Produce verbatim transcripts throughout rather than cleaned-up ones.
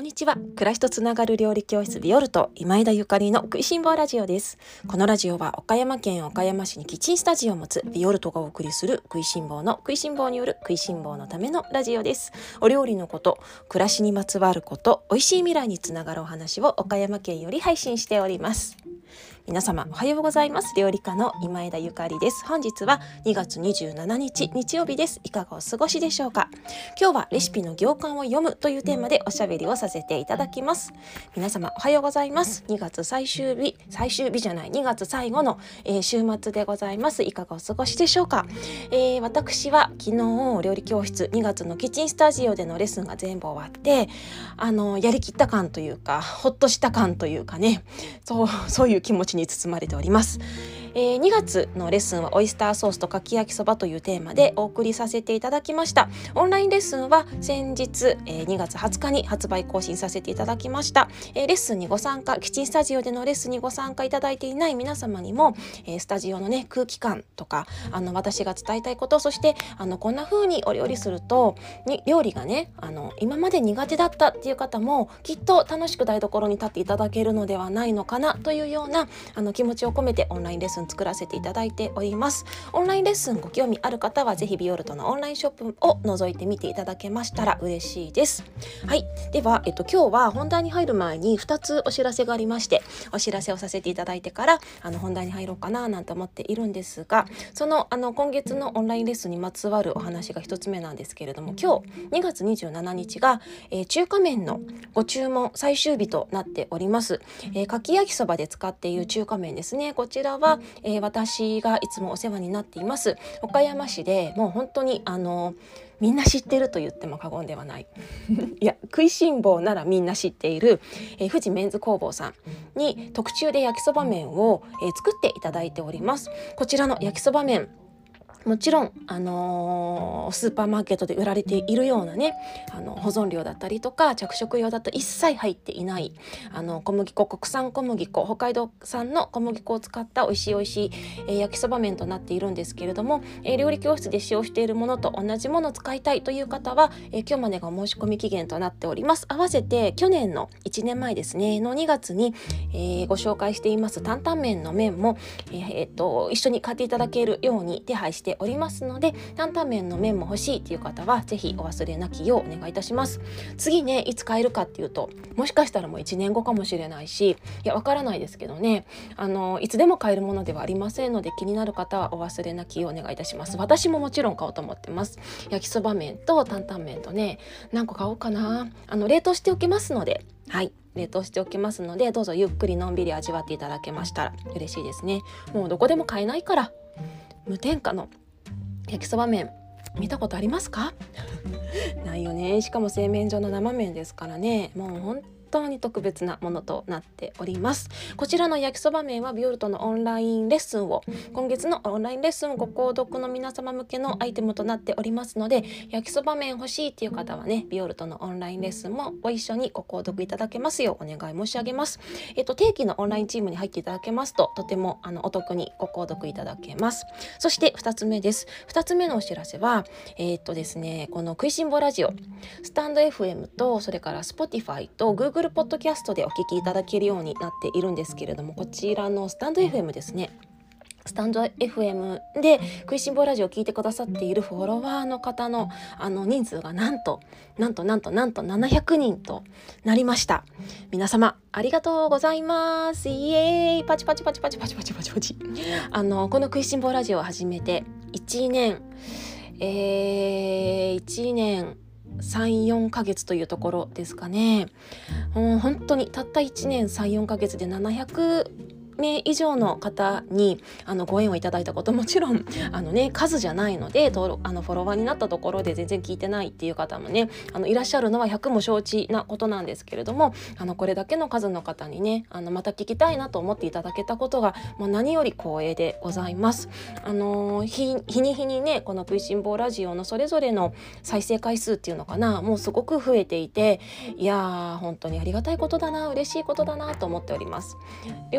にちは。暮らしとつながる料理教室ビオルト今枝ゆかりの食いしん坊ラジオです。このラジオは岡山県岡山市にキッチンスタジオを持つビオルトがお送りする食いしん坊の食いしん坊による食いしん坊のためのラジオです。お料理のこと、暮らしにまつわること、美味しい未来につながるお話を岡山県より配信しております。皆様おはようございます。料理家の今枝ゆかりです。本日はにがつにじゅうしちにち日曜日です。いかがお過ごしでしょうか。今日はレシピの行間を読むというテーマでおしゃべりをさせていただきます。皆様おはようございます。にがつ最終日最終日じゃないにがつ最後の、えー、週末でございます。いかがお過ごしでしょうか。えー、私は昨日料理教室にがつのキッチンスタジオでのレッスンが全部終わってあのやりきった感というかほっとした感というかね、そうそういう気持ちに包まれております。えー、にがつのレッスンはオイスターソースとかき焼きそばというテーマでお送りさせていただきました。オンラインレッスンは先日、えー、にがつはつかに発売更新させていただきました。えー、レッスンにご参加、キッチンスタジオでのレッスンにご参加いただいていない皆様にも、えー、スタジオのね空気感とかあの私が伝えたいこと、そしてあのこんな風にお料理するとに料理がねあの今まで苦手だったっていう方もきっと楽しく台所に立っていただけるのではないのかなというようなあの気持ちを込めてオンラインレッスン作らせていただいております。オンラインレッスンご興味ある方はぜひビオルトのオンラインショップを覗いてみていただけましたら嬉しいです。はい、では、えっと、今日は本題に入る前にふたつお知らせがありまして、お知らせをさせていただいてからあの本題に入ろうかななんて思っているんですが、その、あの今月のオンラインレッスンにまつわるお話がひとつめなんですけれども、今日にがつにじゅうしちにちが、えー、中華麺のご注文最終日となっております。えー、かき焼きそばで使っている中華麺ですね。こちらは、えー、私がいつもお世話になっています岡山市でもう本当にあのみんな知ってると言っても過言ではないいや食いしん坊ならみんな知っている、えー、富士メンズ工房さんに特注で焼きそば麺を、えー、作っていただいております。こちらの焼きそば麺もちろん、あのー、スーパーマーケットで売られているようなねあの保存料だったりとか着色用だったり一切入っていないあの小麦粉、国産小麦粉、北海道産の小麦粉を使った美味しい美味しい、えー、焼きそば麺となっているんですけれども、えー、料理教室で使用しているものと同じものを使いたいという方は、えー、今日までがお申し込み期限となっております。合わせて去年のいちねんまえですねのにがつに、えー、ご紹介しています担々麺の麺も、えーえー、と一緒に買っていただけるように手配しておりますので、担々麺の麺も欲しいという方はぜひお忘れなきようお願いいたします。次ねいつ買えるかっていうと、もしかしたらもういちねんごかもしれないし、いやわからないですけどね、あのいつでも買えるものではありませんので、気になる方はお忘れなきようお願いいたします。私ももちろん買おうと思ってます。焼きそば麺と担々麺とね何個買おうかな。あの冷凍しておきますので、はい冷凍しておきますので、どうぞゆっくりのんびり味わっていただけましたら嬉しいですね。もうどこでも買えないから無添加の焼きそば麺見たことありますか？ないよね。しかも製麺所の生麺ですからね、もう本当に特別なものとなっております。こちらの焼きそば麺はビオルトのオンラインレッスンを今月のオンラインレッスンをご購読の皆様向けのアイテムとなっておりますので、焼きそば麺欲しいっていう方はねビオルトのオンラインレッスンもご一緒にご購読いただけますようお願い申し上げます。えっと定期のオンラインチームに入っていただけますととてもあのお得にご購読いただけます。そしてふたつめです。ふたつめのお知らせはえっとですねこの食いしん坊ラジオスタンド エフエム とそれから Spotify と Google ポッドキャストでお聞きいただけるようになっているんですけれども、こちらのスタンド エフエム ですね、スタンド エフエム で食いしん坊ラジオを聞いてくださっているフォロワーの方のあの人数がなんとなんとなんとなんとななひゃくにんとなりました。皆様ありがとうございます。イエーイパチパチパチパチパチパチパチパチあのこの食いしん坊ラジオを始めていちねんえー、いちねんさん、よんかげつというところですかね。もう本当にたったいちねんさん、よんかげつでななひゃくめい以上の方にあのご縁をいただいたこと、もちろんあの、ね、数じゃないので登録あのフォロワーになったところで全然聞いてないっていう方もねあのいらっしゃるのはひゃくも承知なことなんですけれども、あのこれだけの数の方にねあのまた聞きたいなと思っていただけたことが、まあ、何より光栄でございます。あの日, 日に日にねこの食いしん坊ラジオのそれぞれの再生回数っていうのかな、もうすごく増えていて、いやー本当にありがたいことだな、嬉しいことだなと思っております。料理教室に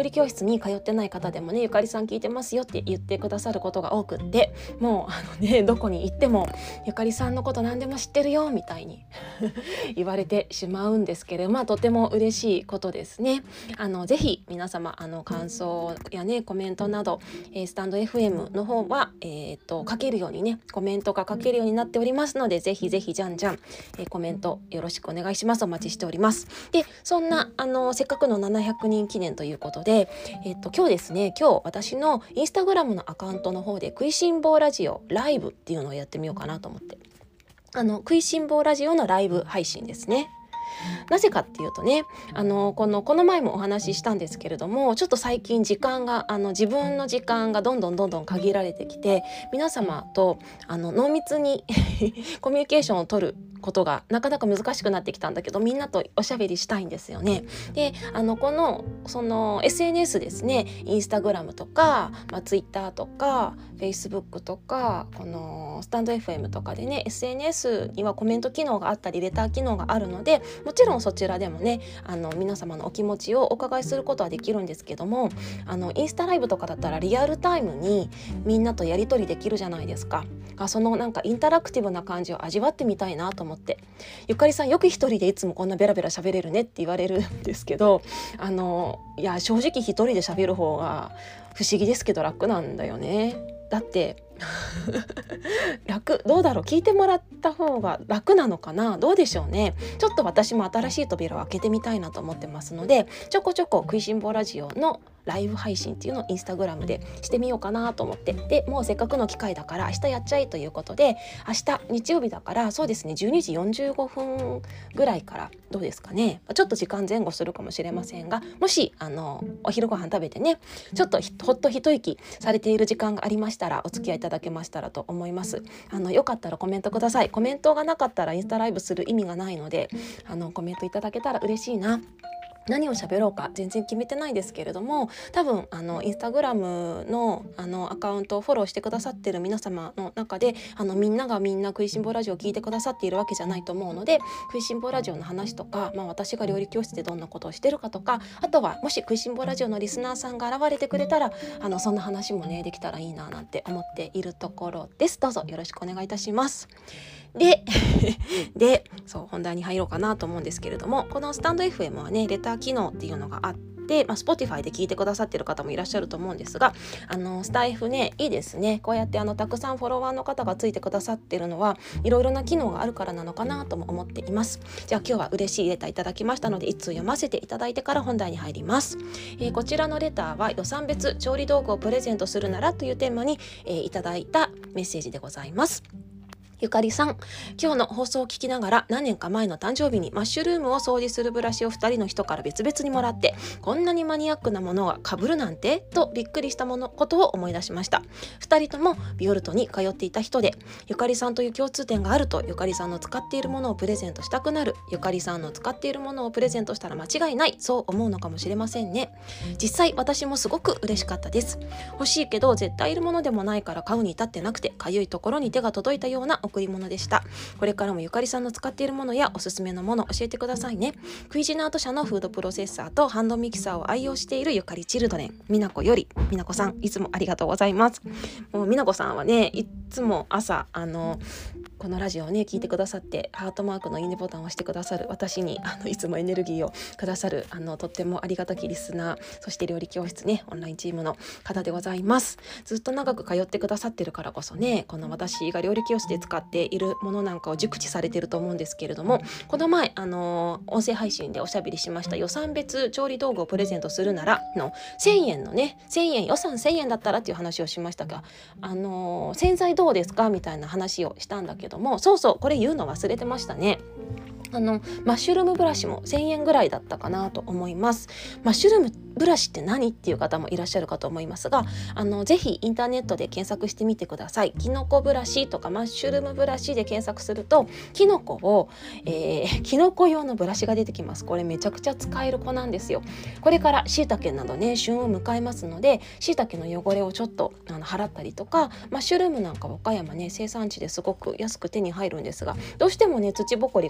に通ってない方でもね、ゆかりさん聞いてますよって言ってくださることが多くって、もうあのねどこに行ってもゆかりさんのこと何でも知ってるよみたいに言われてしまうんですけれど、まあとても嬉しいことですね。あのぜひ皆様あの感想やねコメントなど、えー、スタンド エフエム の方は、えー、と書けるようにねコメントが書けるようになっておりますので、ぜひぜひじゃんじゃん、えー、コメントよろしくお願いします。お待ちしております。でそんなあのせっかくのななひゃくにん記念ということで、えー、と今日ですね今日私のインスタグラムのアカウントの方で食いしん坊ラジオライブっていうのをやってみようかなと思って、あの食いしん坊ラジオのライブ配信ですね。なぜかっていうとね、あのこのこの前もお話ししたんですけれども、ちょっと最近時間があの自分の時間がどんどんどんどん限られてきて、皆様とあの濃密にコミュニケーションを取ることがなかなか難しくなってきたんだけど、みんなとおしゃべりしたいんですよね。であのこのその エスエヌエス ですね、インスタグラムとか、まあ、ツイッターとかフェイスブックとかこのスタンド エフエム とかでね エスエヌエス にはコメント機能があったりレター機能があるので、もちろんそちらでもねあの皆様のお気持ちをお伺いすることはできるんですけども、あのインスタライブとかだったらリアルタイムにみんなとやり取りできるじゃないですか。あそのなんかインタラクティブな感じを味わってみたいなと思って、ゆかりさんよく一人でいつもこんなベラベラ喋れるねって言われるんですけど、あのいや正直一人で喋る方が不思議ですけど楽なんだよね。だって楽どうだろう、聞いてもらった方が楽なのかな、どうでしょうね。ちょっと私も新しい扉を開けてみたいなと思ってますので、ちょこちょこ食いしん坊ラジオのライブ配信っていうのをインスタグラムでしてみようかなと思って、でもうせっかくの機会だから明日やっちゃえということで、明日日曜日だからそうですねじゅうにじよんじゅうごふんぐらいからどうですかね、ちょっと時間前後するかもしれませんが、もしあのお昼ご飯食べてねちょっとほっと一息されている時間がありましたらお付き合いいただけましたらと思います。あのよかったらコメントください。コメントがなかったらインスタライブする意味がないので、あのコメントいただけたら嬉しいな。何を喋ろうか全然決めてないですけれども、多分あのインスタグラムのあのアカウントをフォローしてくださってる皆様の中で、あのみんながみんな食いしん坊ラジオを聞いてくださっているわけじゃないと思うので、食いしん坊ラジオの話とか、まあ、私が料理教室でどんなことをしてるかとか、あとはもし食いしん坊ラジオのリスナーさんが現れてくれたら、あのそんな話もねできたらいいななんて思っているところです。どうぞよろしくお願いいたします。ででそう本題に入ろうかなと思うんですけれども、このスタンド エフエム はねレター機能っていうのがあって、まあ、Spotify で聞いてくださってる方もいらっしゃると思うんですが、あのスタイフねいいですね。こうやってあのたくさんフォロワーの方がついてくださってるのはいろいろな機能があるからなのかなとも思っています。じゃあ今日は嬉しいレターいただきましたので、一通読ませていただいてから本題に入ります。えー、こちらのレターは予算別調理道具をプレゼントするならというテーマに、えー、いただいたメッセージでございます。ゆかりさん、今日の放送を聞きながら何年か前の誕生日にマッシュルームを掃除するブラシをふたりの人から別々にもらって、こんなにマニアックなものが被るなんてとびっくりしたものことを思い出しました。ふたりともビオルトに通っていた人で、ゆかりさんという共通点があるとゆかりさんの使っているものをプレゼントしたくなる、ゆかりさんの使っているものをプレゼントしたら間違いない、そう思うのかもしれませんね。実際私もすごく嬉しかったです。欲しいけど絶対いるものでもないから買うに至ってなくて、かゆいところに手が届いたような贈り物でした。これからもゆかりさんの使っているものやおすすめのもの教えてくださいね。クイジナート社のフードプロセッサーとハンドミキサーを愛用しているゆかりチルドレンみなこより。みなこさんいつもありがとうございます。もうみなこさんはねいつも朝あのこのラジオをね聞いてくださってハートマークのいいねボタンを押してくださる、私にあのいつもエネルギーをくださるあのとってもありがたきリスナー、そして料理教室ねオンラインチームの方でございます。ずっと長く通ってくださってるからこそね、この私が料理教室で使っているものなんかを熟知されてると思うんですけれども、この前あの音声配信でおしゃべりしました予算別調理道具をプレゼントするならのせんえんのねせんえん予算せんえんだったらっていう話をしましたが、あの洗剤どうですかみたいな話をしたんだけども、そうそうこれ言うの忘れてましたね。あのマッシュルームブラシもせんえんぐらいだったかなと思います。マッシュルームブラシって何っていう方もいらっしゃるかと思いますが、あのぜひインターネットで検索してみてください。キノコブラシとかマッシュルームブラシで検索するとキノコを、えー、キノコ用のブラシが出てきます。これめちゃくちゃ使える子なんですよ。これから椎茸などね旬を迎えますので、椎茸の汚れをちょっとあの払ったりとか、マッシュルームなんか岡山ね生産地ですごく安く手に入るんですが、どうしてもね土ぼこりがついてる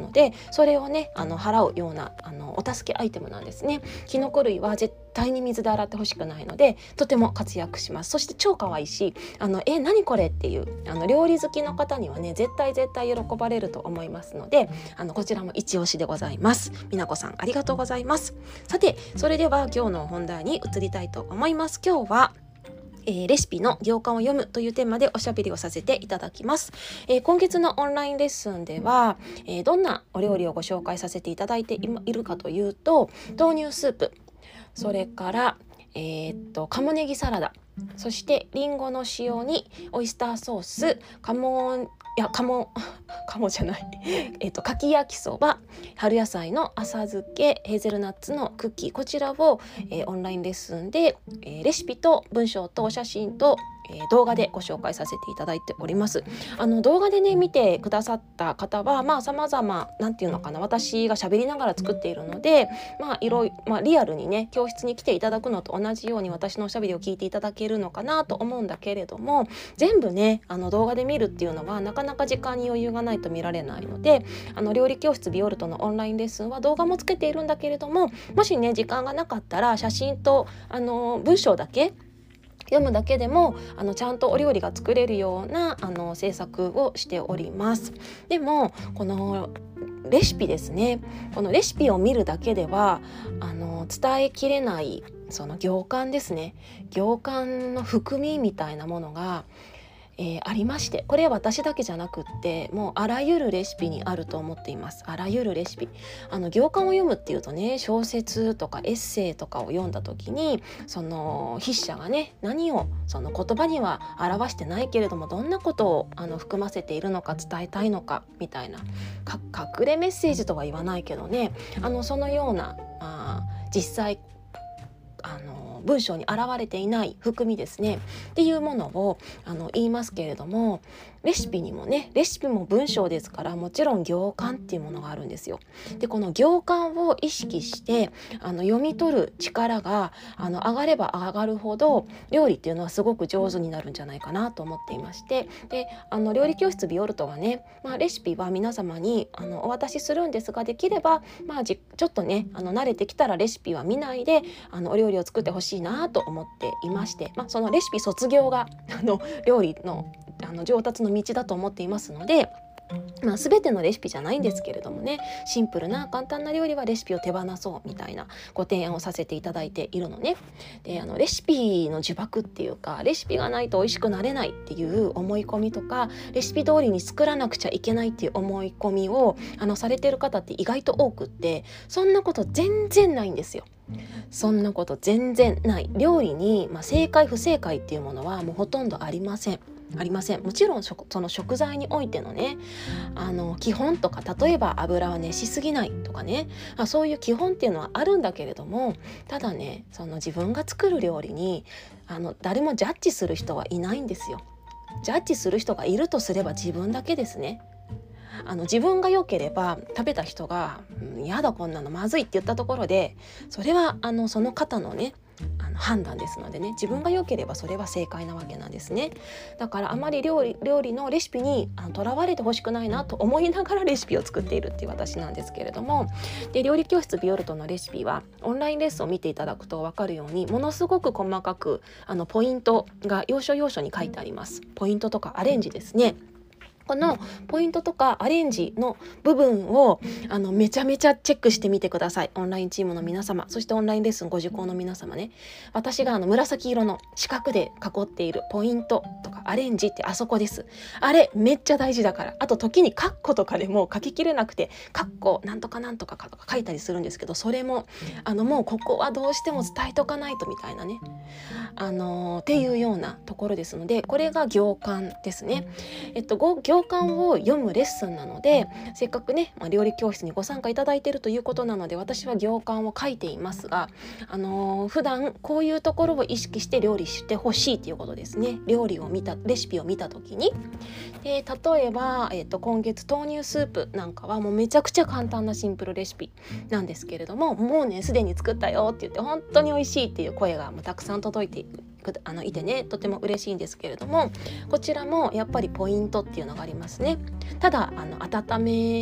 ので、それをねあの払うようなあのお助けアイテムなんですね。キノコ類は絶対に水で洗ってほしくないので、とても活躍します。そして超可愛いし、あのえ何これっていうあの料理好きの方にはね絶対絶対喜ばれると思いますので、あのこちらも一押しでございます。みなこさんありがとうございます。さて、それでは今日の本題に移りたいと思います。今日はえー、レシピの行間を読むというテーマでおしゃべりをさせていただきます。えー、今月のオンラインレッスンでは、えー、どんなお料理をご紹介させていただいているかというと、豆乳スープ、それから、えー、っと鴨ネギサラダ、そしてリンゴの塩にオイスターソース、鴨いや鴨鴨じゃないえっとかき焼きそば、春野菜の浅漬け、ヘーゼルナッツのクッキー、こちらを、えー、オンラインレッスンで、えー、レシピと文章と写真とえー、動画でご紹介させていただいております。あの動画でね見てくださった方はまあ様々なんていうのかな、私が喋りながら作っているので、まあいろいろ、まあ、リアルにね教室に来ていただくのと同じように私のおしゃべりを聞いていただけるのかなと思うんだけれども、全部ねあの動画で見るっていうのはなかなか時間に余裕がないと見られないので、あの料理教室ビオルトのオンラインレッスンは動画もつけているんだけれども、もしね時間がなかったら写真とあの文章だけ読むだけでもあのちゃんとお料理が作れるようなあの制作をしております。でもこのレシピですね、このレシピを見るだけではあの伝えきれないその行間ですね、行間の含みみたいなものがえー、ありまして、これは私だけじゃなくってもうあらゆるレシピにあると思っています。あらゆるレシピ、あの行間を読むっていうとね、小説とかエッセイとかを読んだ時にその筆者がね何をその言葉には表してないけれどもどんなことをあの含ませているのか伝えたいのかみたいなか隠れメッセージとは言わないけどね、あのそのようなあ実際あの文章に現れていない含みですねっていうものをあの言いますけれども、レシピにもねレシピも文章ですからもちろん行間っていうものがあるんですよ。でこの行間を意識してあの読み取る力があの上がれば上がるほど料理っていうのはすごく上手になるんじゃないかなと思っていまして、であの料理教室ビオルトはね、まあ、レシピは皆様にあのお渡しするんですが、できれば、まあ、じちょっとねあの慣れてきたらレシピは見ないであのお料理を作ってほしいなと思っていまして、まあ、そのレシピ卒業があの料理のあの上達の道だと思っていますので、まあ、全てのレシピじゃないんですけれどもね、シンプルな簡単な料理はレシピを手放そうみたいなご提案をさせていただいているのね。であのレシピの呪縛っていうか、レシピがないと美味しくなれないっていう思い込みとか、レシピ通りに作らなくちゃいけないっていう思い込みをあのされている方って意外と多くって、そんなこと全然ないんですよ。そんなこと全然ない。料理に、まあ、正解不正解っていうものはもうほとんどありません。ありません。もちろんその食材においてのねあの基本とか、例えば油は熱しすぎないとかね、あそういう基本っていうのはあるんだけれども、ただねその自分が作る料理にあの誰もジャッジする人はいないんですよ。ジャッジする人がいるとすれば自分だけですね。あの自分が良ければ食べた人が「うん、やだこんなのまずい」って言ったところで、それはあのその方のねあの判断ですのでね、自分が良ければそれは正解なわけなんですね。だからあまり料理、料理のレシピにとらわれてほしくないなと思いながらレシピを作っているっていう私なんですけれども、で料理教室ビオルトのレシピはオンラインレッスンを見ていただくと分かるようにものすごく細かくあのポイントが要所要所に書いてあります。ポイントとかアレンジですね。このポイントとかアレンジの部分をあのめちゃめちゃチェックしてみてください。オンラインチームの皆様、そしてオンラインレッスンご受講の皆様ね、私があの紫色の四角で囲っているポイントとかアレンジってあそこです。あれめっちゃ大事だから。あと時にカッコとかでも書ききれなくてカッコなんとかなんとかかとか書いたりするんですけど、それもあのもうここはどうしても伝えとかないとみたいなね、あのー、っていうようなところですので、これが行間ですね。えっと行間を読むレッスンなので、せっかくね、まあ、料理教室にご参加いただいているということなので私は行間を書いていますが、あのー、普段こういうところを意識して料理してほしいということですね。料理を見たレシピを見た時にで、例えば、えっと、今月豆乳スープなんかはもうめちゃくちゃ簡単なシンプルレシピなんですけれども、もうねすでに作ったよって言って本当に美味しいっていう声がもうたくさん届いているあのいてね、とても嬉しいんですけれども、こちらもやっぱりポイントっていうのがありますね。ただあの温め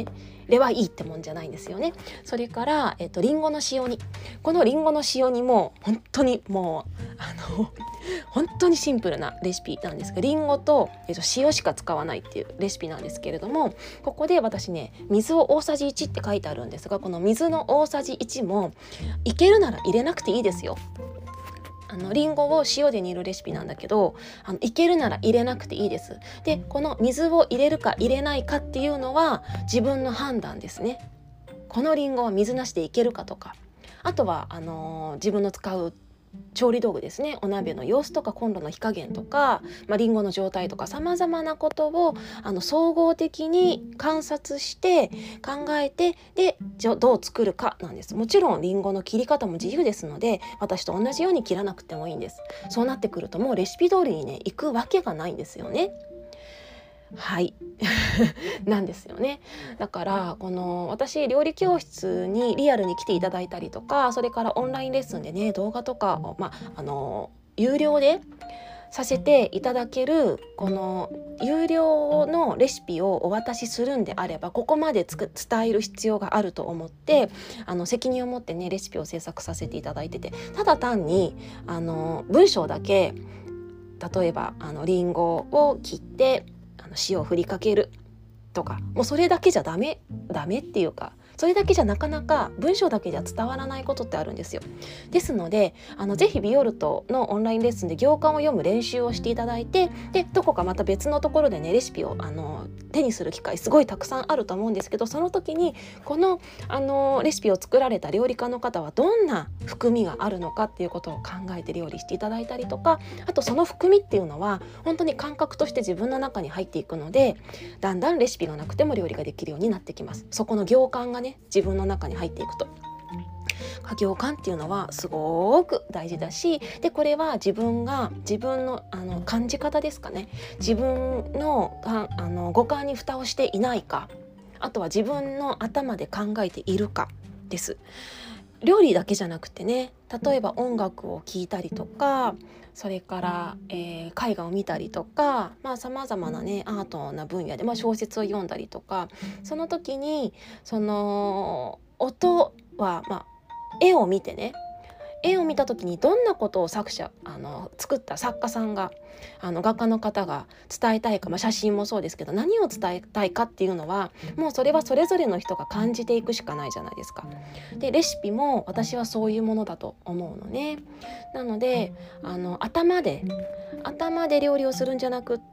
れはいいってもんじゃないんですよね。それから、えっと、リンゴの塩煮。このリンゴの塩煮も本当にもうあの本当にシンプルなレシピなんですが、リンゴと、えっと、塩しか使わないっていうレシピなんですけれども、ここで私ね水を大さじいちって書いてあるんですが、この水の大さじいちもいけるなら入れなくていいですよ。あのリンゴを塩で煮るレシピなんだけど、あのいけるなら入れなくていいです。でこの水を入れるか入れないかっていうのは自分の判断ですね。このリンゴは水なしでいけるかとか、あとはあのー、自分の使う調理道具ですね、お鍋の様子とかコンロの火加減とか、まあ、リンゴの状態とかさまざまなことをあの総合的に観察して考えて、でじゃどう作るかなんです。もちろんリンゴの切り方も自由ですので、私と同じように切らなくてもいいんです。そうなってくるともうレシピ通りにねいくわけがないんですよね。はいなんですよね。だからこの私料理教室にリアルに来ていただいたりとか、それからオンラインレッスンでね動画とかを、まあ、あの有料でさせていただけるこの有料のレシピをお渡しするんであれば、ここまでつく伝える必要があると思って、あの責任を持ってねレシピを制作させていただいてて、ただ単にあの文章だけ、例えばあのリンゴを切ってあの塩を振りかけるとか、もうそれだけじゃダメダメっていうか、それだけじゃなかなか文章だけじゃ伝わらないことってあるんですよ。ですのであのぜひビオルトのオンラインレッスンで行間を読む練習をしていただいて、でどこかまた別のところでねレシピをあの手にする機会すごいたくさんあると思うんですけど、その時にこのあのレシピを作られた料理家の方はどんな含みがあるのかっていうことを考えて料理していただいたりとか、あとその含みっていうのは本当に感覚として自分の中に入っていくので、だんだんレシピがなくても料理ができるようになってきます。そこの行間がね自分の中に入っていくと、行間っていうのはすごく大事だし、でこれは自分が自分のあの感じ方ですかね、自分のああの五感に蓋をしていないか、あとは自分の頭で考えているかです。料理だけじゃなくてね、例えば音楽を聴いたりとか、それから、えー、絵画を見たりとか、まあ様々なねアートな分野で、まあ、小説を読んだりとか、その時にその音は、まあ、絵を見てね、絵を見た時にどんなことを作者あの作った作家さんがあの画家の方が伝えたいか、まあ、写真もそうですけど何を伝えたいかっていうのはもうそれはそれぞれの人が感じていくしかないじゃないですか。でレシピも私はそういうものだと思うのね。なのであの頭で頭で料理をするんじゃなくって、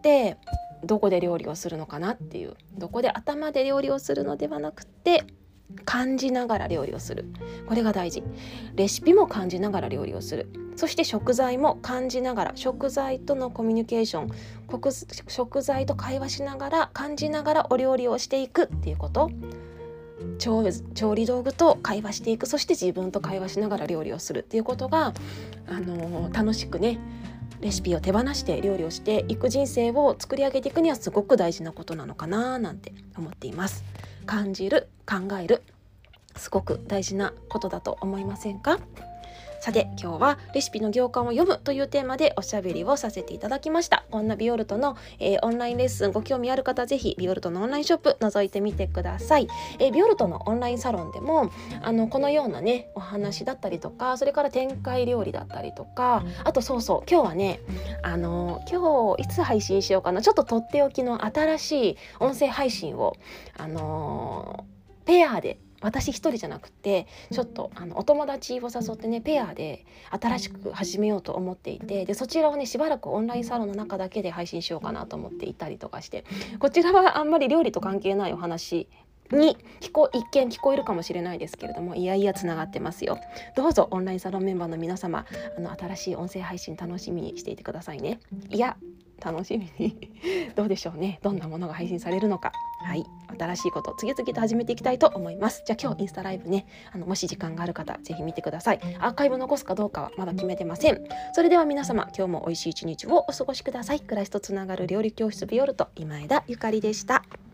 どこで料理をするのかなっていう、どこで頭で料理をするのではなくって感じながら料理をする、これが大事。レシピも感じながら料理をする、そして食材も感じながら、食材とのコミュニケーション、食材と会話しながら感じながらお料理をしていくっていうこと、調, 調理道具と会話していく、そして自分と会話しながら料理をするっていうことが、あのー、楽しくねレシピを手放して料理をしていく人生を作り上げていくにはすごく大事なことなのかななんて思っています。感じる、考える、すごく大事なことだと思いませんか？さて今日はレシピの行間を読むというテーマでおしゃべりをさせていただきました。こんなビオルトの、えー、オンラインレッスンご興味ある方、ぜひビオルトのオンラインショップ覗いてみてください。えー、ビオルトのオンラインサロンでもあのこのようなねお話だったりとか、それから展開料理だったりとか、あとそうそう今日はねあの今日いつ配信しようかな、ちょっととっておきの新しい音声配信をあのー、ペアで私一人じゃなくてちょっとあのお友達を誘ってねペアで新しく始めようと思っていて、でそちらをねしばらくオンラインサロンの中だけで配信しようかなと思っていたりとかして、こちらはあんまり料理と関係ないお話に聞こ一見聞こえるかもしれないですけれども、いやいやつながってますよ。どうぞオンラインサロンメンバーの皆様、あの新しい音声配信楽しみにしていてくださいね。いや楽しみにどうでしょうね、どんなものが配信されるのか。はい、新しいことを次々と始めていきたいと思います。じゃあ今日インスタライブね、あのもし時間がある方ぜひ見てください。アーカイブ残すかどうかはまだ決めてません。それでは皆様、今日も美味しい一日をお過ごしください。暮らしとつながる料理教室ビオルト、今枝ゆかりでした。